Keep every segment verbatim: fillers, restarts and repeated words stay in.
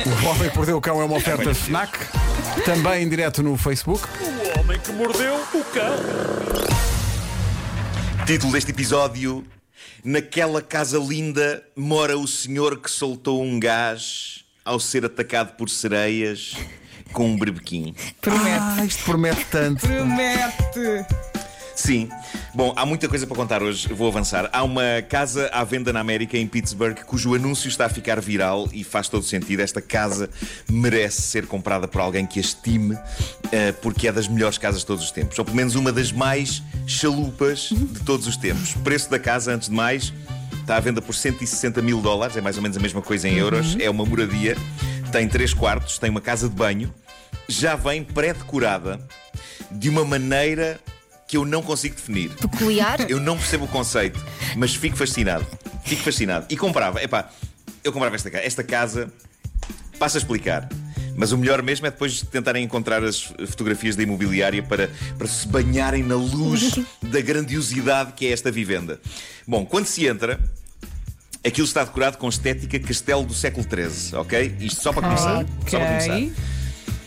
O Homem que Mordeu o Cão é uma oferta FNAC, também em direto no Facebook. O Homem que Mordeu o Cão. Título deste episódio: Naquela casa linda mora o senhor que soltou um gás ao ser atacado por sereias com um berbequim. Promete. Ah, isto promete tanto. Promete. Sim. Bom, há muita coisa para contar hoje, vou avançar. Há uma casa à venda na América, em Pittsburgh, cujo anúncio está a ficar viral e faz todo sentido. Esta casa merece ser comprada por alguém que a estime, uh, porque é das melhores casas de todos os tempos. Ou pelo menos uma das mais chalupas de todos os tempos. O preço da casa, antes de mais, está à venda por cento e sessenta mil dólares, é mais ou menos a mesma coisa em euros. É uma moradia, tem três quartos, tem uma casa de banho, já vem pré-decorada de uma maneira que eu não consigo definir. Peculiar? Eu não percebo o conceito, mas fico fascinado. Fico fascinado. E comprava. Epá, eu comprava esta casa. Esta casa, passo a explicar. Mas o melhor mesmo é depois tentarem encontrar as fotografias da imobiliária para, para se banharem na luz da grandiosidade que é esta vivenda. Bom, quando se entra, aquilo está decorado com estética castelo do século treze, ok? Isto só para começar. Okay. Só para começar.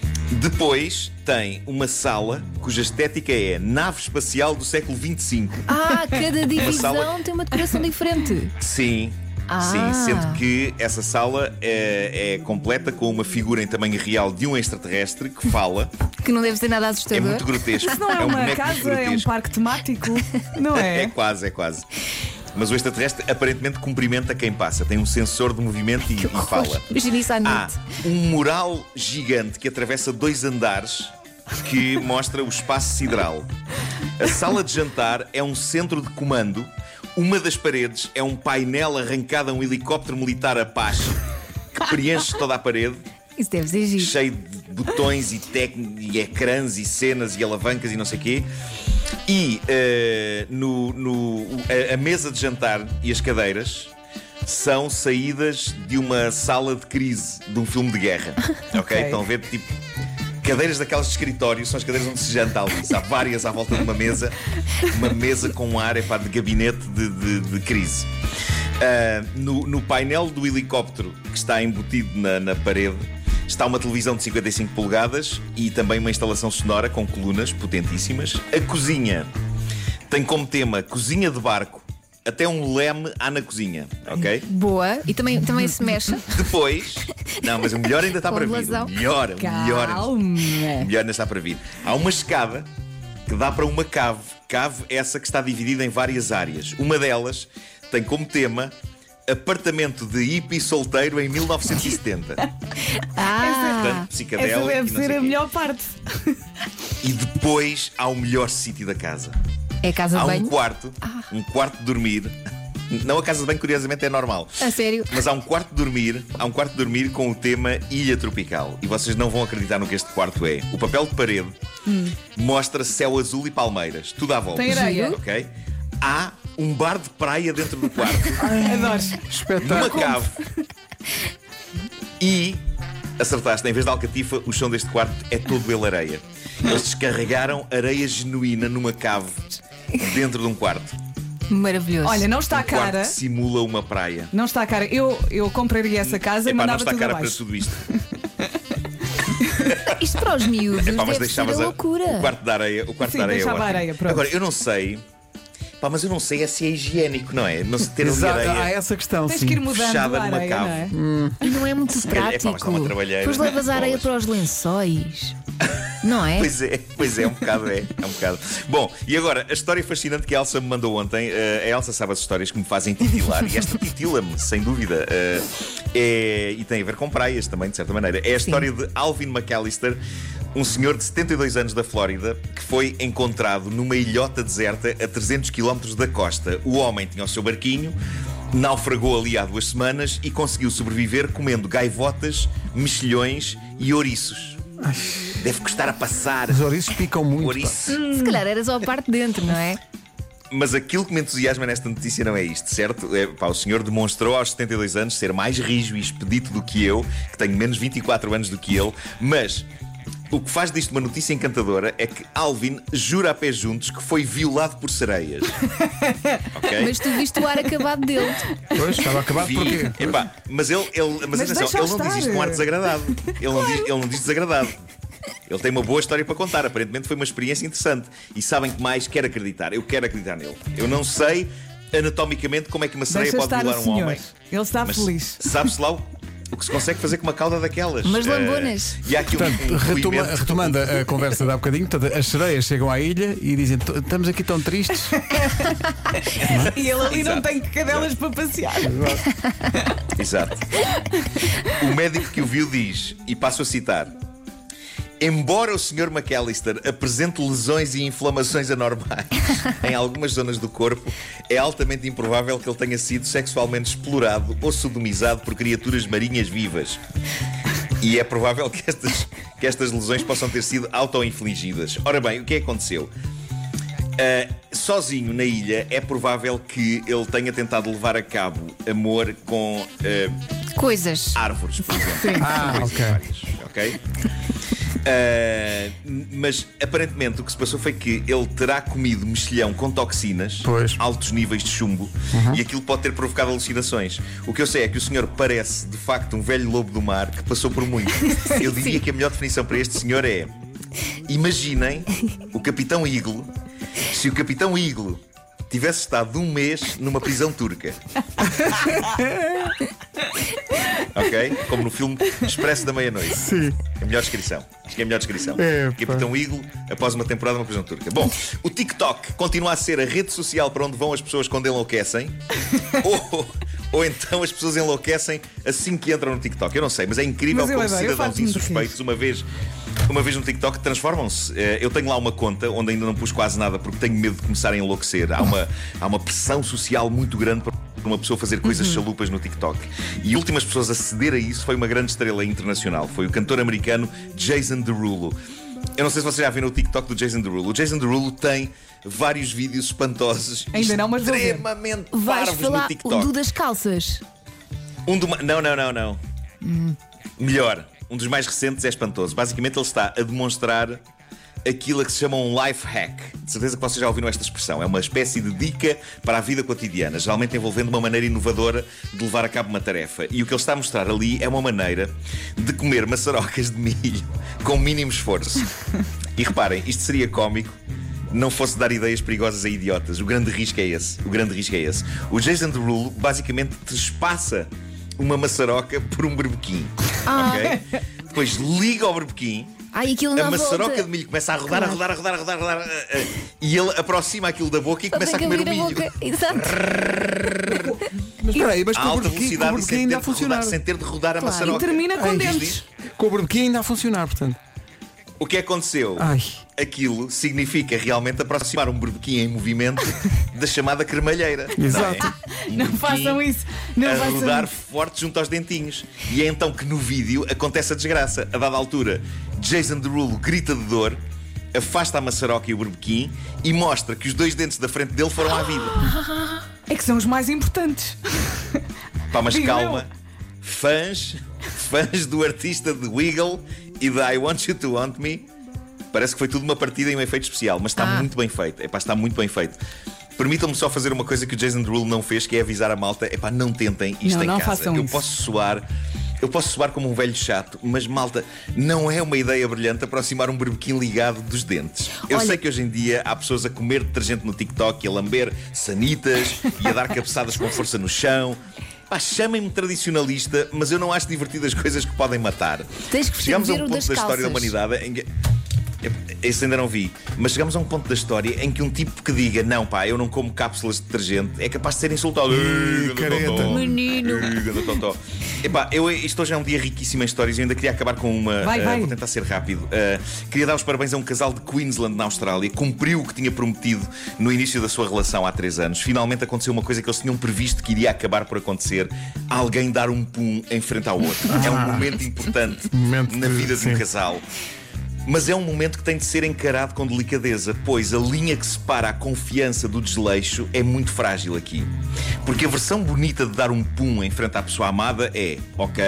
Depois tem uma sala cuja estética é nave espacial do século vinte e cinco. Ah, cada divisão sala- tem uma decoração diferente. Sim, Ah. sim, sendo que essa sala é, é completa com uma figura em tamanho real de um extraterrestre que fala. Que não deve ser nada É assustador. muito grotesco. Isso não é, um uma boneco casa, muito é um grotesco. parque temático. Não é? É quase, é quase. Mas o extraterrestre aparentemente cumprimenta quem passa. Tem um sensor de movimento e, e fala. Imagina isso à Há noite. um mural gigante que atravessa dois andares que mostra o espaço sideral. A sala de jantar é um centro de comando. Uma das paredes é um painel arrancado a um helicóptero militar Apache que preenche toda a parede, Isso deve ser giro. cheio de botões e, tec... e ecrãs e cenas e alavancas e não sei o quê. E uh, no, no, a, a mesa de jantar e as cadeiras são saídas de uma sala de crise de um filme de guerra. Ok? Ok. Estão a ver, tipo, cadeiras daquelas de escritório, são as cadeiras onde se janta ali. Há várias à volta de uma mesa, uma mesa com um ar epá, de gabinete de, de, de crise. Uh, no, no painel do helicóptero que está embutido na, na parede está uma televisão de cinquenta e cinco polegadas e também uma instalação sonora com colunas potentíssimas. A cozinha tem como tema cozinha de barco. Até um leme há na cozinha, ok? Boa. E também, também se mexe. Depois... Não, mas o melhor ainda está Com para vir. blasão. O melhor, o melhor, Calma. o melhor ainda está para vir. Há uma escada que dá para uma cave. Cave essa que está dividida em várias áreas. Uma delas tem como tema apartamento de hippie solteiro em mil novecentos e setenta. Ah, Portanto, Essa psicadélico deve e não ser sei a quê. melhor parte. E depois há o melhor sítio da casa. é casa Há de um banho? quarto, um quarto de dormir. Não, a casa de banho, curiosamente, é normal. A sério? Mas há um quarto de dormir, há um quarto de dormir com o tema Ilha Tropical. E vocês não vão acreditar no que este quarto é. O papel de parede mostra céu azul e palmeiras, tudo à volta. Tem areia? Ok? Há um bar de praia dentro do quarto, Adoro. numa Espetáculo. cave. E, acertaste, em vez de alcatifa, o chão deste quarto é todo ele areia. Eles descarregaram areia genuína numa cave dentro de um quarto. Maravilhoso. Olha, não está Um quarto cara. que simula uma praia. Não está cara. Eu, eu compraria essa casa e Epá, não mandava está tudo cara para abaixo. tudo isto. Isto para os miúdos Epá, mas deve ser deixavas a a- loucura. o quarto da areia, o quarto Sim, da areia é deixava a ótimo. areia, pronto. Agora, eu não sei. Pá, mas eu não sei é se é higiênico, não é? Não se ter ali Exato, areia. há essa questão, Tens sim. que ir mudando Fechada a numa areia, cave. não é? E não é muito calhar- epá, prático. mas está uma trabalheira. Depois levas a areia Bolas. para os lençóis. Não é? Pois é, pois é, um bocado é, é um bocado. Bom, e agora, a história fascinante que a Elsa me mandou ontem. uh, A Elsa sabe as histórias que me fazem titilar. E esta titila-me, sem dúvida. uh, é, e tem a ver com praias também, de certa maneira. É a história de Alvin McAllister, um senhor de setenta e dois anos da Flórida, que foi encontrado numa ilhota deserta a trezentos quilómetros da costa. O homem tinha o seu barquinho, naufragou ali há duas semanas e conseguiu sobreviver comendo gaivotas, mexilhões e ouriços. Deve custar a passar. Os ouriços picam muito. pá. Ouriço. Se calhar era só a parte de dentro, não é? Mas aquilo que me entusiasma nesta notícia não é isto, certo? É, pá, o senhor demonstrou aos setenta e dois anos ser mais rijo e expedito do que eu, que tenho menos vinte e quatro anos do que ele, mas O que faz disto uma notícia encantadora é que Alvin jura a pé juntos que foi violado por sereias. Ok? Mas tu viste o ar acabado dele. Pois, estava acabado Vi- porquê? Epá, mas ele, ele, mas Mas atenção, deixa-o ele não diz estar. isto com ar desagradado. Ele não, diz, ele não diz desagradado. Ele tem uma boa história para contar. Aparentemente foi uma experiência interessante. E sabem que mais? Quero acreditar. Eu quero acreditar nele. Eu não sei anatomicamente como é que uma sereia Deixa pode estar violar o um senhor. homem. Ele está Mas feliz. sabe-se lá o, o que se consegue fazer com uma cauda daquelas. Umas Eh, lambonas. e há aqui um, Portanto, um retoma- depoimento- retomando a, a conversa de há bocadinho, portanto, as sereias chegam à ilha e dizem: "T- estamos aqui tão tristes." E ele ali não Exato. tem cadelas para passear. Exato. O médico que o viu diz, e passo a citar: embora o senhor McAllister apresente lesões e inflamações anormais em algumas zonas do corpo, é altamente improvável que ele tenha sido sexualmente explorado ou sodomizado por criaturas marinhas vivas. E é provável que estas, que estas lesões possam ter sido auto-infligidas. Ora bem, o que é que aconteceu? Uh, sozinho na ilha, é provável que ele tenha tentado levar a cabo amor com uh, Coisas. árvores, por exemplo. Ah, Coisas ok. várias, ok? Uh, mas aparentemente o que se passou foi que ele terá comido mexilhão com toxinas, Pois. altos níveis de chumbo, e aquilo pode ter provocado alucinações. O que eu sei é que o senhor parece de facto um velho lobo do mar que passou por muito. Eu diria que a melhor definição para este senhor é: imaginem o Capitão Iglo se o Capitão Iglo tivesse estado um mês numa prisão turca. Ok? Como no filme Expresso da Meia-Noite. Sim. É a melhor descrição. Acho que é a melhor descrição. É, pá. Capitão Iglo após uma temporada numa prisão turca. Bom, o TikTok continua a ser a rede social para onde vão as pessoas quando enlouquecem. ou, ou então as pessoas enlouquecem assim que entram no TikTok. Eu não sei, mas é incrível Mas eu como adoro, eu cidadãos faço-me de rir. insuspeitos, uma vez, uma vez no TikTok, transformam-se. Eh, Eu tenho lá uma conta onde ainda não pus quase nada porque tenho medo de começar a enlouquecer. Há uma, há uma pressão social muito grande para uma pessoa fazer coisas Uhum. chalupas no TikTok. E a últimas pessoas a ceder a isso foi uma grande estrela internacional. Foi o cantor americano Jason Derulo. Eu não sei se vocês já viram o TikTok do Jason Derulo. O Jason Derulo tem vários vídeos espantosos, Ainda não, mas vou ver. extremamente Vais parvos no falar o TikTok. do das calças. Um do ma- Não, não, não, não. Melhor. Um dos mais recentes é espantoso. Basicamente ele está a demonstrar aquilo a que se chama um life hack. De certeza que vocês já ouviram esta expressão. É uma espécie de dica para a vida cotidiana, geralmente envolvendo uma maneira inovadora de levar a cabo uma tarefa. E o que ele está a mostrar ali é uma maneira de comer maçarocas de milho com mínimo esforço. E reparem, isto seria cómico não fosse dar ideias perigosas a idiotas. O grande risco é esse. O grande risco é esse. O Jason Derulo basicamente trespassa uma maçaroca por um berbequim. Ok? Depois liga ao berbequim. Ai, aquilo A não maçaroca volta. de milho começa a rodar, Claro. a rodar, a rodar, a rodar, a rodar, a- a- e ele aproxima aquilo da boca e começa a Tem que comer o abrir a milho. boca. Exato. Mas espera aí, mas A com o alta berbequim, com o velocidade e berbequim sem ainda ter, a de funcionar. rodar, sem ter de rodar a Claro. maçaroca. E termina com Ai, diz, dentes. diz. Com o berbequim ainda a funcionar, portanto. O que aconteceu? Ai. Aquilo significa realmente aproximar um berbequim em movimento da chamada cremalheira. Exato. Não, é? Um Não berbequim façam isso. Não a façam rodar isso. forte junto aos dentinhos. E é então que no vídeo acontece a desgraça. A dada altura, Jason Derulo grita de dor, afasta a maçaroca e o berbequim e mostra que os dois dentes da frente dele foram à vida. É que são os mais importantes. Pá, mas Digo calma. Fãs, fãs do artista de Wiggle e de I Want You to Want Me, parece que foi tudo uma partida e um efeito especial, mas está Ah. muito bem feito. Epá, está muito bem feito. Permitam-me só fazer uma coisa que o Jason Derulo não fez, que é avisar a malta: epá, não tentem isto Não, em não casa. façam Eu isso. posso soar. Eu posso soar como um velho chato, mas malta, não é uma ideia brilhante aproximar um berbequim ligado dos dentes. Eu Olha- sei que hoje em dia há pessoas a comer detergente no TikTok e a lamber sanitas e a dar cabeçadas com força no chão. Pá, chamem-me tradicionalista, mas eu não acho divertidas coisas que podem matar. Tens que Chegamos a ver um o ponto das da história da calças. humanidade em que. Esse ainda não vi, mas chegamos a um ponto da história em que um tipo que diga: não, pá, eu não como cápsulas de detergente, é capaz de ser insultado. Ei, ganda careta. totó. Menino. Ei, ganda totó. Epá, eu, isto hoje é um dia riquíssimo em histórias e eu ainda queria acabar com uma. Vai, uh, vai. Vou tentar ser rápido. Uh, queria dar os parabéns a um casal de Queensland, na Austrália. Cumpriu o que tinha prometido no início da sua relação há três anos. Finalmente aconteceu uma coisa que eles tinham previsto que iria acabar por acontecer: alguém dar um pum em frente ao outro. É um momento importante Momento na de- vida de um sim. casal. Mas é um momento que tem de ser encarado com delicadeza, pois a linha que separa a confiança do desleixo é muito frágil aqui. Porque a versão bonita de dar um pum em frente à pessoa amada é: ok,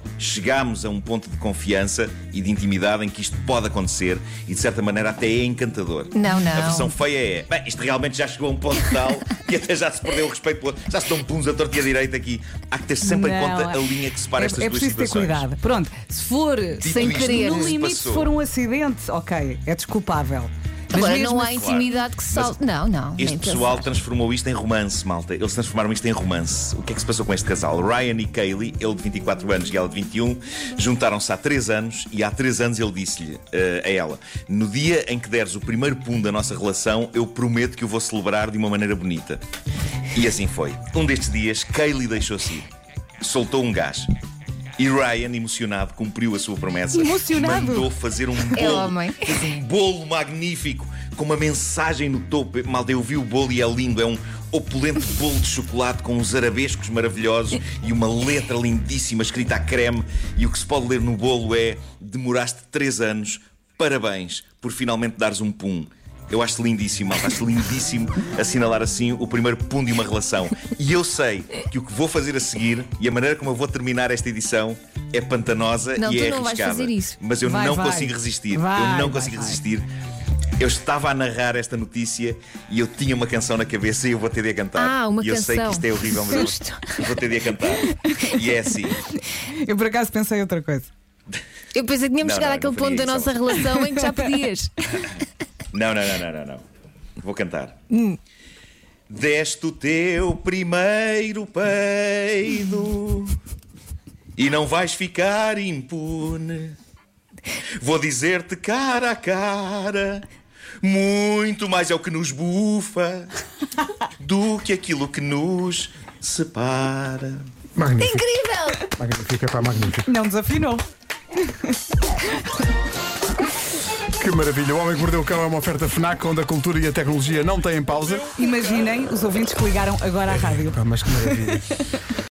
chegámos a um ponto de confiança e de intimidade em que isto pode acontecer e de certa maneira até é encantador. Não, não. A versão feia é, bem, isto realmente já chegou a um ponto tal que até já se perdeu o respeito pelo outro. Já se dão puns a torto e a direita aqui. Há que ter sempre em Não, conta a é- linha que separa É, estas é duas preciso ter situações. cuidado. Pronto, se for Sem isto, querer. no se limite, se passou. for um acidente, ok, é desculpável. Mas Agora, mesmo não há assim- intimidade que se salve. Não, não. Este nem pessoal pensar. transformou isto em romance, malta. Eles transformaram isto em romance. O que é que se passou com este casal? Ryan e Kaylee, ele de vinte e quatro anos e ela de vinte e um, juntaram-se há três anos e há três anos ele disse-lhe eh, a ela: no dia em que deres o primeiro pum da nossa relação, eu prometo que o vou celebrar de uma maneira bonita. E assim foi. Um destes dias, Kaylee deixou-se ir. Soltou um gás. E Ryan, emocionado, cumpriu a sua promessa. Emocionado? Mandou fazer um É bolo. homem. Fez um bolo magnífico com uma mensagem no topo. Malta, eu vi o bolo e é lindo. É um opulento bolo de chocolate com uns arabescos maravilhosos e uma letra lindíssima escrita a creme. E o que se pode ler no bolo é: demoraste três anos, parabéns por finalmente dares um pum. Eu acho lindíssimo, malta, acho lindíssimo assinalar assim o primeiro pum de uma relação. E eu sei que o que vou fazer a seguir e a maneira como eu vou terminar esta edição é pantanosa Não, e tu é não vais arriscada. fazer isso. Mas eu Vai, não vai. consigo resistir. Vai, eu não vai, consigo vai. resistir. Eu estava a narrar esta notícia e eu tinha uma canção na cabeça e eu vou ter de a cantar. Ah, uma e eu sei que canção. isto é horrível, mas eu Susto. eu vou ter de a cantar. E é assim. Eu por acaso pensei outra coisa. Eu pensei que tínhamos Não, chegado não, àquele não ponto da faria nossa isso. relação em que já podias. Não, não, não, não, não, não. Vou cantar. Deste o teu primeiro peido e não vais ficar impune. Vou dizer-te cara a cara, muito mais é o que nos bufa do que aquilo que nos separa. Magnífico. Incrível! Magnífico, é pá, magnífico. Não desafinou. Que maravilha. O Homem que Mordeu o Cão é uma oferta FNAC onde a cultura e a tecnologia não têm pausa. Imaginem os ouvintes que ligaram agora à rádio. Pá, mas que maravilha.